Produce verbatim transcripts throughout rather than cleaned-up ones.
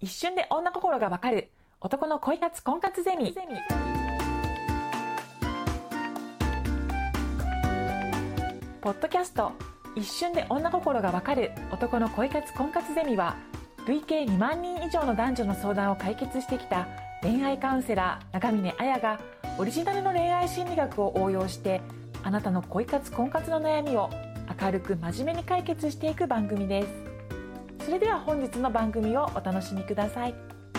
一瞬で女心がわかる男の恋活婚活ゼミ。ポッドキャスト一瞬で女心がわかる男の恋活婚活ゼミは、累計にまんにん以上の男女の相談を解決してきた恋愛カウンセラー長峰彩がオリジナルの恋愛心理学を応用して、あなたの恋活婚活の悩みを明るく真面目に解決していく番組です。それでは本日の番組をお楽しみください。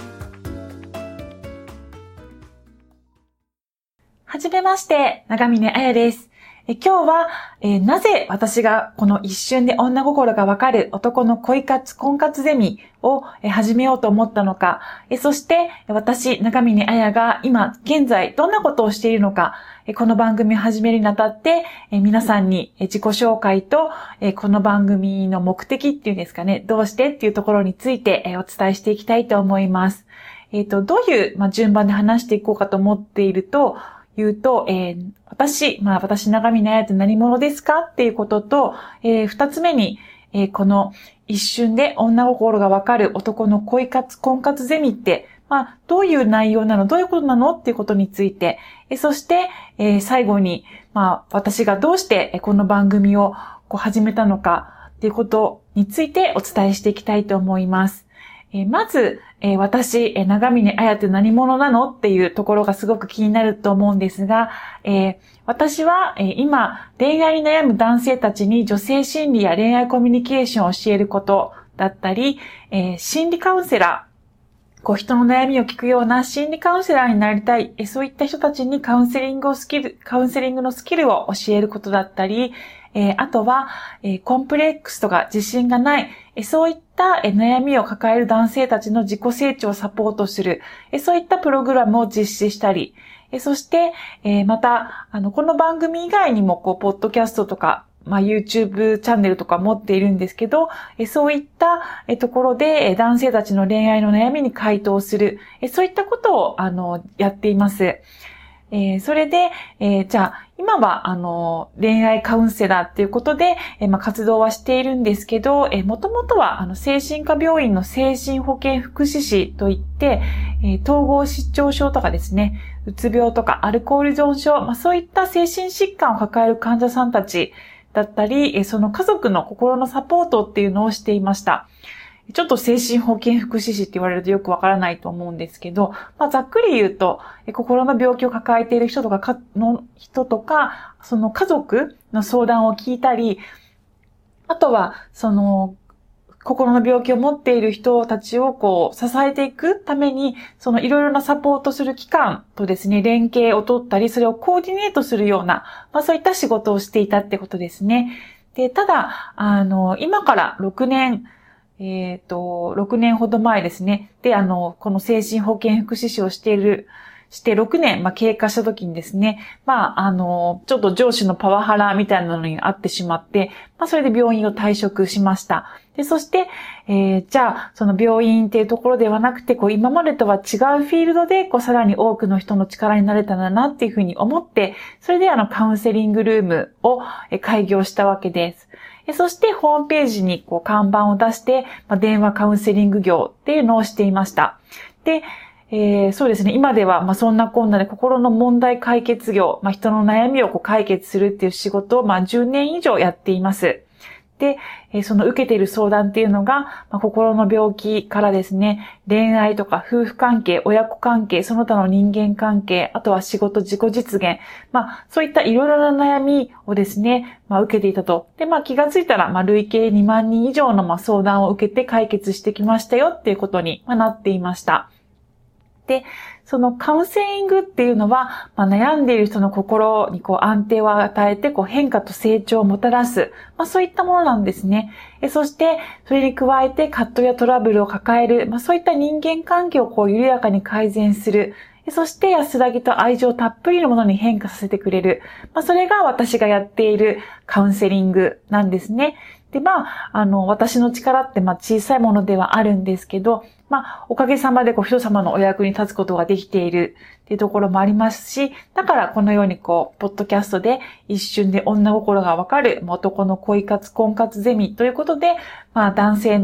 はじめまして、長峰彩です。え今日は、えー、なぜ私がこの一瞬で女心がわかる男の恋活婚活ゼミを、えー、始めようと思ったのか、えー、そして私長峰彩が今現在どんなことをしているのか、えー、この番組を始めるにあたって、えー、皆さんに、えー、自己紹介と、えー、この番組の目的っていうんですかね、どうしてっていうところについて、えー、お伝えしていきたいと思います。えっと、どういう、まあ、順番で話していこうかと思っていると、言うと、えー、私、まあ私長峰彩って何者ですかっていうことと、えー、二つ目に、えー、この一瞬で女心がわかる男の恋活婚活ゼミって、まあどういう内容なの、どういうことなのっていうことについて、えー、そして、えー、最後に、まあ私がどうしてこの番組をこう始めたのかっていうことについてお伝えしていきたいと思います。えー、まず、えー、私、えー、長峰彩って何者なのっていうところがすごく気になると思うんですが、えー、私は、えー、今、恋愛に悩む男性たちに女性心理や恋愛コミュニケーションを教えることだったり、えー、心理カウンセラー、こう人の悩みを聞くような心理カウンセラーになりたい、えー、そういった人たちにカウンセリングをスキル、カウンセリングのスキルを教えることだったり、えー、あとは、えー、コンプレックスとか自信がない、えー、そういった、えー、悩みを抱える男性たちの自己成長をサポートする、えー、そういったプログラムを実施したり、えー、そして、えー、また、あの、この番組以外にも、こう、ポッドキャストとか、まあ、YouTube チャンネルとか持っているんですけど、えー、そういった、えー、ところで、えー、男性たちの恋愛の悩みに回答する、えー、そういったことを、あの、やっています。えー、それで、えー、じゃあ、今は、あの、恋愛カウンセラーっていうことで、えー、まあ、活動はしているんですけど、えー、もともとは、あの、精神科病院の精神保健福祉士といって、えー、統合失調症とかですね、うつ病とかアルコール依存症、まあ、そういった精神疾患を抱える患者さんたちだったり、えー、その家族の心のサポートっていうのをしていました。ちょっと精神保健福祉士って言われるとよくわからないと思うんですけど、まあ、ざっくり言うと、心の病気を抱えている人とかかの人とか、その家族の相談を聞いたり、あとは、その、心の病気を持っている人たちをこう、支えていくために、そのいろいろなサポートする機関とですね、連携を取ったり、それをコーディネートするような、まあそういった仕事をしていたってことですね。で、ただ、あの、今からろくねん、えっと、ろくねんほど前ですね。で、あの、この精神保健福祉士をしている、してろくねん、まあ、経過した時にですね、まあ、あの、ちょっと上司のパワハラみたいなのにあってしまって、まあ、それで病院を退職しました。で、そして、えー、じゃあ、その病院っていうところではなくて、こう、今までとは違うフィールドで、こう、さらに多くの人の力になれたらなっていうふうに思って、それであの、カウンセリングルームを開業したわけです。そしてホームページにこう看板を出して、まあ、電話カウンセリング業っていうのをしていました。で、えー、そうですね、今ではまあそんなこんなで心の問題解決業、まあ、人の悩みをこう解決するっていう仕事をまあじゅうねん以上やっています。で、その受けている相談っていうのが、まあ、心の病気からですね、恋愛とか夫婦関係、親子関係、その他の人間関係、あとは仕事、自己実現、まあ、そういったいろいろな悩みをですね、まあ、受けていたと。で、まあ、気がついたら、まあ、累計にまんにん以上のまあ相談を受けて解決してきましたよっていうことになっていました。で、そのカウンセリングっていうのは、まあ、悩んでいる人の心にこう安定を与えてこう変化と成長をもたらす、まあ、そういったものなんですね。えそして、それに加えて葛藤やトラブルを抱える、まあ、そういった人間関係をこう緩やかに改善する。そして安らぎと愛情たっぷりのものに変化させてくれる。まあ、それが私がやっているカウンセリングなんですね。で、まあ、あの、私の力ってまあ小さいものではあるんですけど、まあ、おかげさまでこう人様のお役に立つことができているっていうところもありますし、だからこのようにこう、ポッドキャストで一瞬で女心がわかる男の恋活婚活ゼミということで、まあ、男性の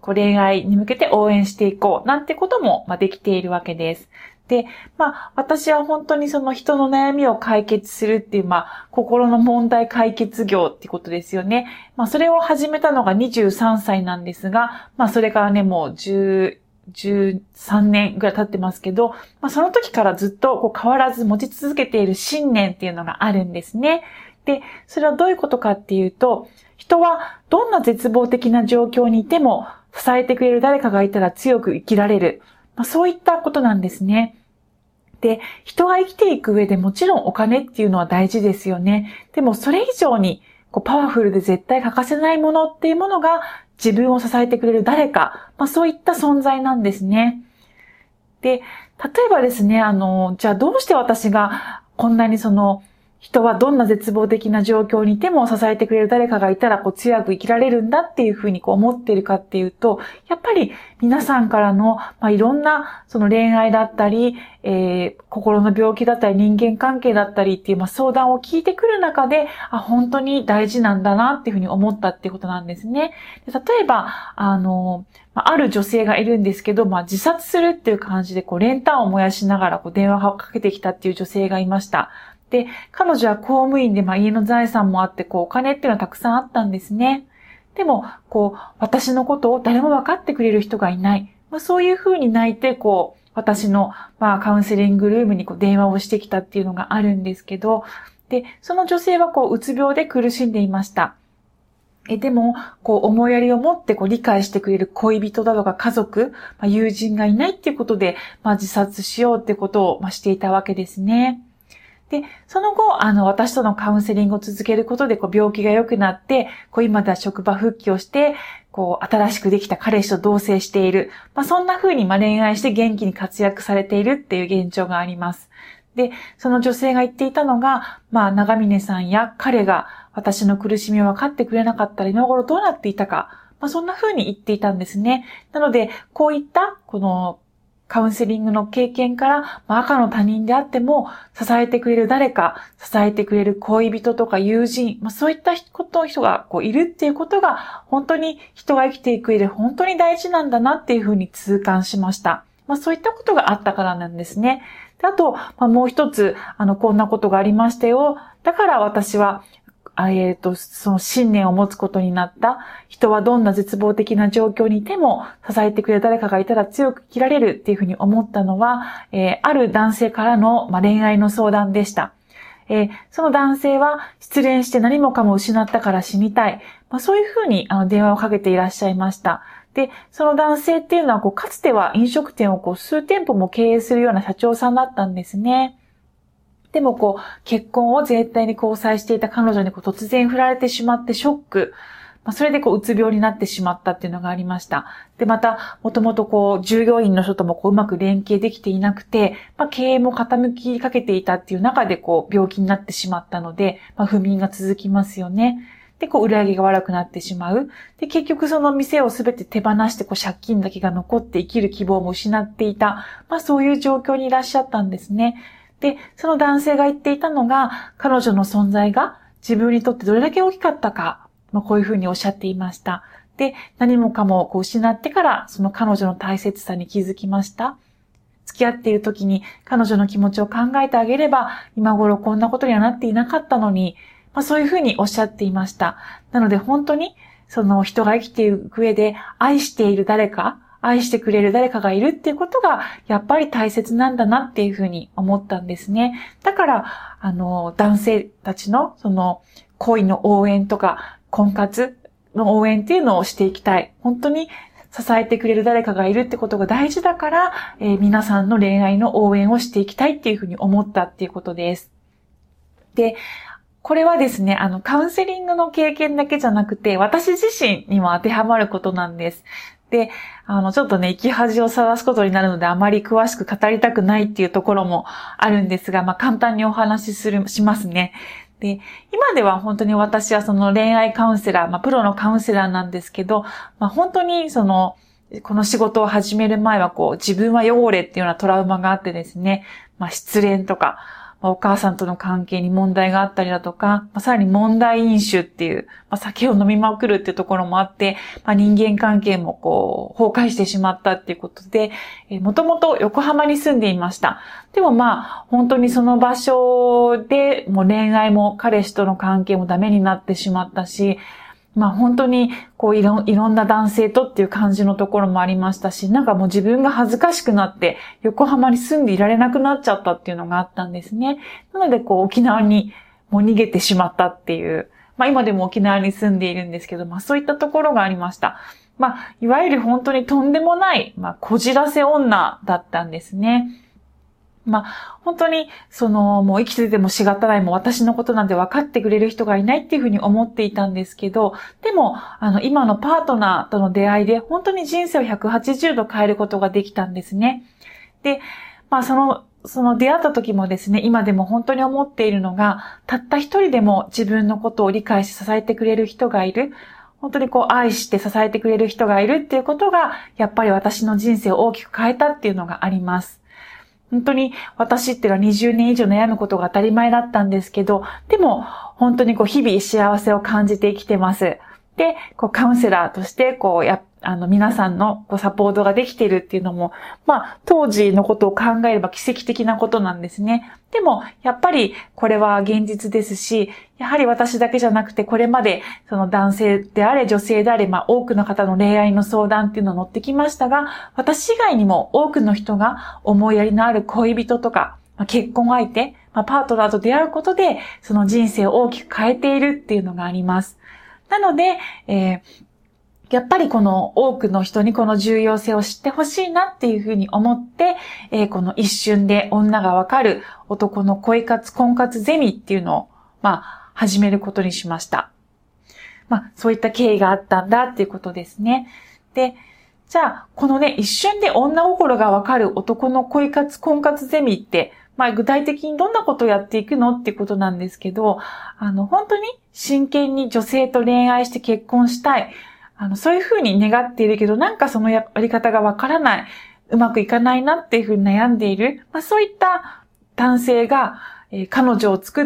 こう恋愛に向けて応援していこうなんてことも、まあ、できているわけです。で、まあ、私は本当にその人の悩みを解決するっていう、まあ、心の問題解決業ってことですよね。まあ、それを始めたのがにじゅうさんさいなんですが、まあ、それからね、もうじゅう、じゅうさんねんぐらい経ってますけど、まあ、その時からずっとこう変わらず持ち続けている信念っていうのがあるんですね。で、それはどういうことかっていうと、人はどんな絶望的な状況にいても支えてくれる誰かがいたら強く生きられる。まあ、そういったことなんですね。で、人が生きていく上でもちろんお金っていうのは大事ですよね。でもそれ以上にこうパワフルで絶対欠かせないものっていうものが自分を支えてくれる誰か、まあそういった存在なんですね。で、例えばですね、あの、じゃあどうして私がこんなにその人はどんな絶望的な状況にいても支えてくれる誰かがいたらこう強く生きられるんだっていうふうにこう思っているかっていうと、やっぱり皆さんからの、まあ、いろんなその恋愛だったり、えー、心の病気だったり人間関係だったりっていう、まあ、相談を聞いてくる中で、あ、本当に大事なんだなっていうふうに思ったっていうことなんですね。で例えば、あの、ある女性がいるんですけど、まあ、自殺するっていう感じでこう練炭を燃やしながらこう電話をかけてきたっていう女性がいました。で、彼女は公務員で、まあ、家の財産もあって、こう、お金っていうのはたくさんあったんですね。でも、こう、私のことを誰も分かってくれる人がいない。まあ、そういうふうに泣いて、こう、私の、まあ、カウンセリングルームにこう電話をしてきたっていうのがあるんですけど、で、その女性はこう、うつ病で苦しんでいました。えでも、こう、思いやりを持ってこう理解してくれる恋人だとか家族、まあ、友人がいないっていうことで、まあ、自殺しようってことを、まあ、していたわけですね。で、その後、あの、私とのカウンセリングを続けることで、こう、病気が良くなって、こう、今では職場復帰をして、こう、新しくできた彼氏と同棲している。まあ、そんな風に、まあ、恋愛して元気に活躍されているっていう現状があります。で、その女性が言っていたのが、まあ、長峰さんや彼が私の苦しみを分かってくれなかったら今頃どうなっていたか。まあ、そんな風に言っていたんですね。なので、こういった、この、カウンセリングの経験から、まあ、赤の他人であっても、支えてくれる誰か、支えてくれる恋人とか友人、まあ、そういったこと人がこういるっていうことが、本当に人が生きていく上で本当に大事なんだなっていうふうに痛感しました。まあ、そういったことがあったからなんですね。であと、まあ、もう一つ、あの、こんなことがありましたよ。だから私は、えっと、その信念を持つことになった。人はどんな絶望的な状況にいても支えてくれる誰かがいたら強く生きられるっていうふうに思ったのは、えー、ある男性からの、まあ、恋愛の相談でした。えー、その男性は失恋して何もかも失ったから死にたい。まあ、そういうふうにあの電話をかけていらっしゃいました。で、その男性っていうのはこうかつては飲食店をこう数店舗も経営するような社長さんだったんですね。でもこう、結婚を絶対に交際していた彼女にこう突然振られてしまってショック。まあ、それでこう、うつ病になってしまったっていうのがありました。で、また、もともとこう、従業員の人ともこう、うまく連携できていなくて、まあ、経営も傾きかけていたっていう中でこう、病気になってしまったので、まあ、不眠が続きますよね。で、こう、売り上げが悪くなってしまう。で、結局その店をすべて手放して、こう、借金だけが残って生きる希望も失っていた。まあ、そういう状況にいらっしゃったんですね。で、その男性が言っていたのが、彼女の存在が自分にとってどれだけ大きかったか、まあ、こういうふうにおっしゃっていました。で、何もかもこう失ってから、その彼女の大切さに気づきました。付き合っている時に彼女の気持ちを考えてあげれば、今頃こんなことにはなっていなかったのに、まあ、そういうふうにおっしゃっていました。なので本当に、その人が生きていく上で愛している誰か、愛してくれる誰かがいるっていうことがやっぱり大切なんだなっていうふうに思ったんですね。だから、あの、男性たちのその恋の応援とか婚活の応援っていうのをしていきたい。本当に支えてくれる誰かがいるってことが大事だから、えー、皆さんの恋愛の応援をしていきたいっていうふうに思ったっていうことです。で、これはですね、あの、カウンセリングの経験だけじゃなくて、私自身にも当てはまることなんです。で、あの、ちょっとね、生き恥をさらすことになるので、あまり詳しく語りたくないっていうところもあるんですが、まあ、簡単にお話しする、しますね。で、今では本当に私はその恋愛カウンセラー、まあ、プロのカウンセラーなんですけど、まあ、本当にその、この仕事を始める前はこう、自分は汚れっていうようなトラウマがあってですね、まあ、失恋とか、 まあ、お母さんとの関係に問題があったりだとか、まあ、さらに問題飲酒っていう、まあ、酒を飲みまくるっていうところもあって、まあ、人間関係もこう、崩壊してしまったっていうことで、えー、もともと横浜に住んでいました。でもまあ、本当にその場所でもう恋愛も彼氏との関係もダメになってしまったし、まあ本当にこういろ、いろんな男性とっていう感じのところもありましたし、なんかもう自分が恥ずかしくなって横浜に住んでいられなくなっちゃったっていうのがあったんですね。なのでこう沖縄にもう逃げてしまったっていう、まあ今でも沖縄に住んでいるんですけど、まあそういったところがありました。まあいわゆる本当にとんでもない、まあこじらせ女だったんですね。まあ、本当に、その、もう生きててもしがたないも私のことなんて分かってくれる人がいないっていうふうに思っていたんですけど、でも、あの、今のパートナーとの出会いで本当に人生をひゃくはちじゅうど変えることができたんですね。で、まあ、その、その出会った時もですね、今でも本当に思っているのが、たった一人でも自分のことを理解し支えてくれる人がいる。本当にこう愛して支えてくれる人がいるっていうことが、やっぱり私の人生を大きく変えたっていうのがあります。本当に私っていうのはにじゅうねん以上悩むことが当たり前だったんですけど、でも本当にこう日々幸せを感じて生きてます。で、こうカウンセラーとしてこうやあの皆さんのこうサポートができているっていうのも、まあ当時のことを考えれば奇跡的なことなんですね。でもやっぱりこれは現実ですし、やはり私だけじゃなくてこれまでその男性であれ女性であれ、まあ多くの方の恋愛の相談っていうのを乗ってきましたが、私以外にも多くの人が思いやりのある恋人とか、まあ、結婚相手、まあ、パートナーと出会うことでその人生を大きく変えているっていうのがあります。なので、えーやっぱりこの多くの人にこの重要性を知ってほしいなっていうふうに思って、えー、この一瞬で女がわかる男の恋活婚活ゼミっていうのを、まあ、始めることにしました。まあ、そういった経緯があったんだっていうことですね。で、じゃあ、このね、一瞬で女心がわかる男の恋活婚活ゼミって、まあ、具体的にどんなことをやっていくのっていうことなんですけど、あの、本当に真剣に女性と恋愛して結婚したい。あの、そういうふうに願っているけど、なんかそのやり方がわからない、うまくいかないなっていうふうに悩んでいる、まあそういった男性が、えー、彼女を作って、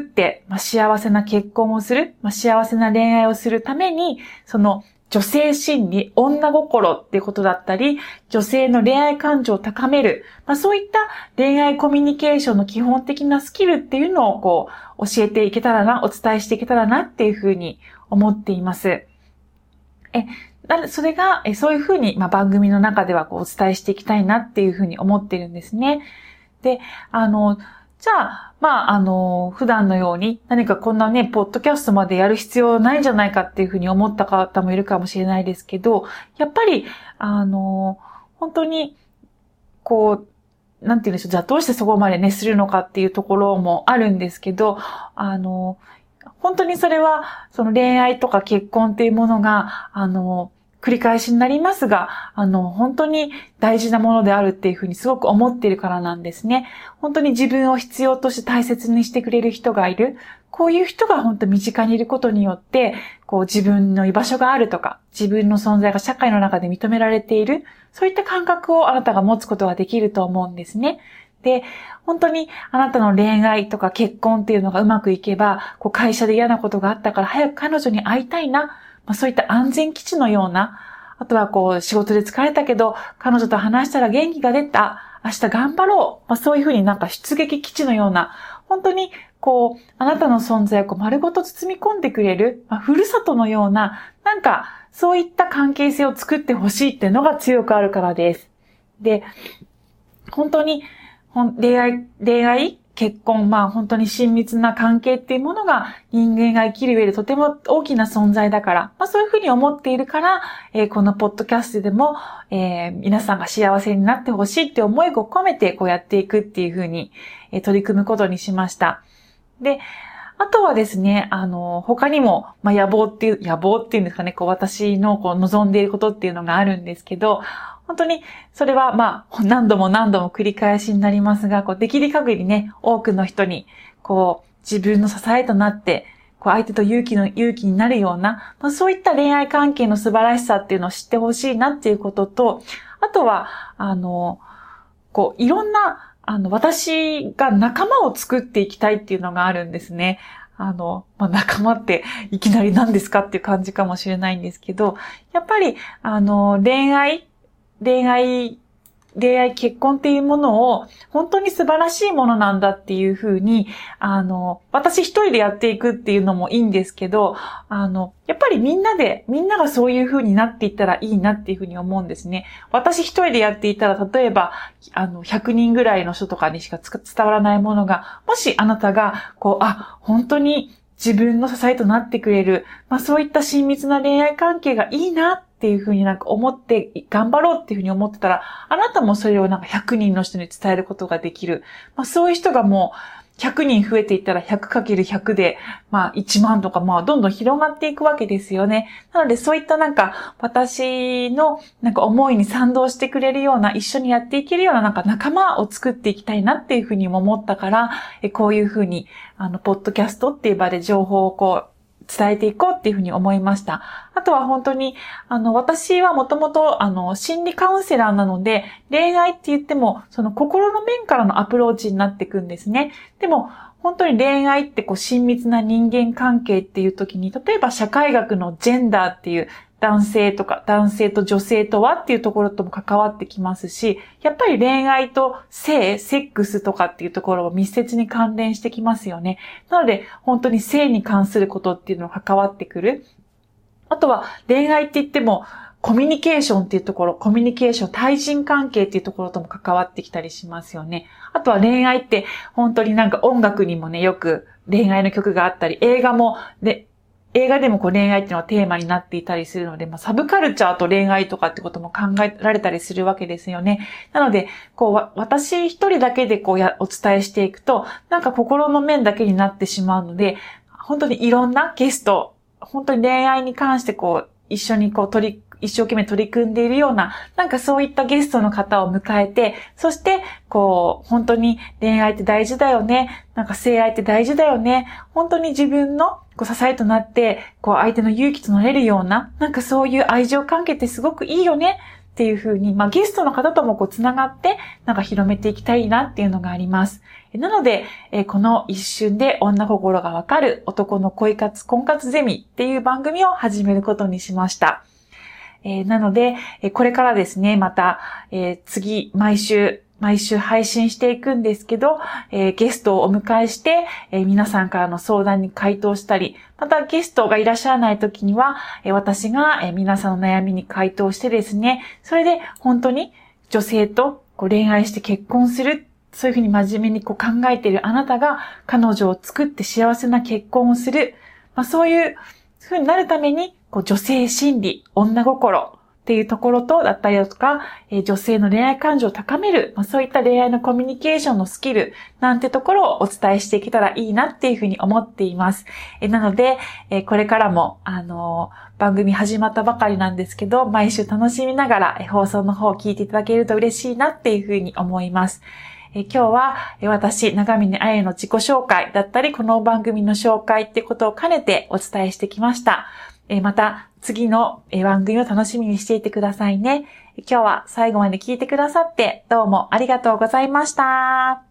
まあ、幸せな結婚をする、まあ、幸せな恋愛をするために、その女性心理、女心っていうことだったり、女性の恋愛感情を高める、まあそういった恋愛コミュニケーションの基本的なスキルっていうのをこう教えていけたらな、お伝えしていけたらなっていうふうに思っています。え、それが、そういうふうに、まあ、番組の中ではこうお伝えしていきたいなっていうふうに思ってるんですね。で、あの、じゃあ、まあ、あの、普段のように何かこんなね、ポッドキャストまでやる必要ないんじゃないかっていうふうに思った方もいるかもしれないですけど、やっぱり、あの、本当に、こう、なんて言うんでしょう、じゃあどうしてそこまでね、するのかっていうところもあるんですけど、あの、本当にそれは、その恋愛とか結婚っていうものが、あの、繰り返しになりますが、あの、本当に大事なものであるっていうふうにすごく思っているからなんですね。本当に自分を必要として大切にしてくれる人がいる。こういう人が本当身近にいることによって、こう自分の居場所があるとか、自分の存在が社会の中で認められている。そういった感覚をあなたが持つことができると思うんですね。で、本当にあなたの恋愛とか結婚っていうのがうまくいけば、こう会社で嫌なことがあったから早く彼女に会いたいな、まあ、そういった安全基地のような、あとはこう仕事で疲れたけど、彼女と話したら元気が出た、明日頑張ろう、まあ、そういうふうになんか出撃基地のような、本当にこう、あなたの存在をこう丸ごと包み込んでくれる、まあ、ふるさとのような、なんかそういった関係性を作ってほしいっていうのが強くあるからです。で、本当に恋愛、恋愛、結婚、まあ本当に親密な関係っていうものが人間が生きる上でとても大きな存在だから、まあそういうふうに思っているから、えー、このポッドキャストでも、えー、皆さんが幸せになってほしいって思いを込めてこうやっていくっていうふうに、えー、取り組むことにしました。で、あとはですね、あの、他にも、まあ野望っていう、野望っていうんですかね、こう私のこう望んでいることっていうのがあるんですけど、本当にそれはまあ何度も何度も繰り返しになりますが、こうできる限りね、多くの人にこう自分の支えとなって、こう相手と勇気の勇気になるような、まあ、そういった恋愛関係の素晴らしさっていうのを知ってほしいなっていうことと、あとはあのこういろんなあの、私が仲間を作っていきたいっていうのがあるんですね。あの、まあ、仲間っていきなり何ですかっていう感じかもしれないんですけど、やっぱり、あの、恋愛、恋愛、恋愛結婚っていうものを本当に素晴らしいものなんだっていうふうに、あの、私一人でやっていくっていうのもいいんですけど、あの、やっぱりみんなで、みんながそういうふうになっていったらいいなっていうふうに思うんですね。私一人でやっていたら、例えば、あの、ひゃくにんぐらいの人とかにしか伝わらないものが、もしあなたが、こう、あ、本当に自分の支えとなってくれる、まあそういった親密な恋愛関係がいいなっていうふうになんか思って頑張ろうっていうふうに思ってたら、あなたもそれをなんかひゃくにんの人に伝えることができる。まあそういう人がもうひゃくにん増えていったら ひゃくかけるひゃく で、まあいちまんとかまあどんどん広がっていくわけですよね。なのでそういったなんか私のなんか思いに賛同してくれるような、一緒にやっていけるようななんか仲間を作っていきたいなっていうふうにも思ったから、えこういうふうにあのポッドキャストっていう場で情報をこう伝えていこうっていうふうに思いました。あとは本当に、あの、私はもともと、あの、心理カウンセラーなので、恋愛って言っても、その心の面からのアプローチになっていくんですね。でも、本当に恋愛ってこう親密な人間関係っていう時に、例えば社会学のジェンダーっていう男性とか、男性と女性とはっていうところとも関わってきますし、やっぱり恋愛と性、セックスとかっていうところも密接に関連してきますよね。なので、本当に性に関することっていうのが関わってくる。あとは恋愛って言っても、コミュニケーションっていうところ、コミュニケーション、対人関係っていうところとも関わってきたりしますよね。あとは恋愛って本当になんか音楽にもね、よく恋愛の曲があったり、映画も、で、映画でもこう恋愛っていうのはテーマになっていたりするので、まあ、サブカルチャーと恋愛とかってことも考えられたりするわけですよね。なので、こう、私一人だけでこうや、お伝えしていくと、なんか心の面だけになってしまうので、本当にいろんなゲスト、本当に恋愛に関してこう、一緒にこう取り、一生懸命取り組んでいるような、なんかそういったゲストの方を迎えて、そして、こう、本当に恋愛って大事だよね。なんか性愛って大事だよね。本当に自分のこう支えとなって、こう相手の勇気となれるような、なんかそういう愛情関係ってすごくいいよね。っていう風に、まあゲストの方ともこうつながって、なんか広めていきたいなっていうのがあります。なので、えー、この一瞬で女心がわかる男の恋活婚活ゼミっていう番組を始めることにしました。えー、なので、えー、これからですね、また、えー、次、毎週、毎週配信していくんですけど、えー、ゲストをお迎えして、えー、皆さんからの相談に回答したり、またゲストがいらっしゃらない時には、えー、私が、えー、皆さんの悩みに回答してですね、それで本当に女性とこう恋愛して結婚する、そういうふうに真面目にこう考えているあなたが彼女を作って幸せな結婚をする、まあ、そういうふうになるために、こう女性心理、女心っていうところとだったりだとか、えー、女性の恋愛感情を高める、まあ、そういった恋愛のコミュニケーションのスキルなんてところをお伝えしていけたらいいなっていうふうに思っています。えー、なので、えー、これからも、あのー、番組始まったばかりなんですけど、毎週楽しみながら、えー、放送の方を聞いていただけると嬉しいなっていうふうに思います。え今日は私、長峰彩の自己紹介だったり、この番組の紹介ってことを兼ねてお伝えしてきました。また次の番組を楽しみにしていてくださいね。今日は最後まで聞いてくださってどうもありがとうございました。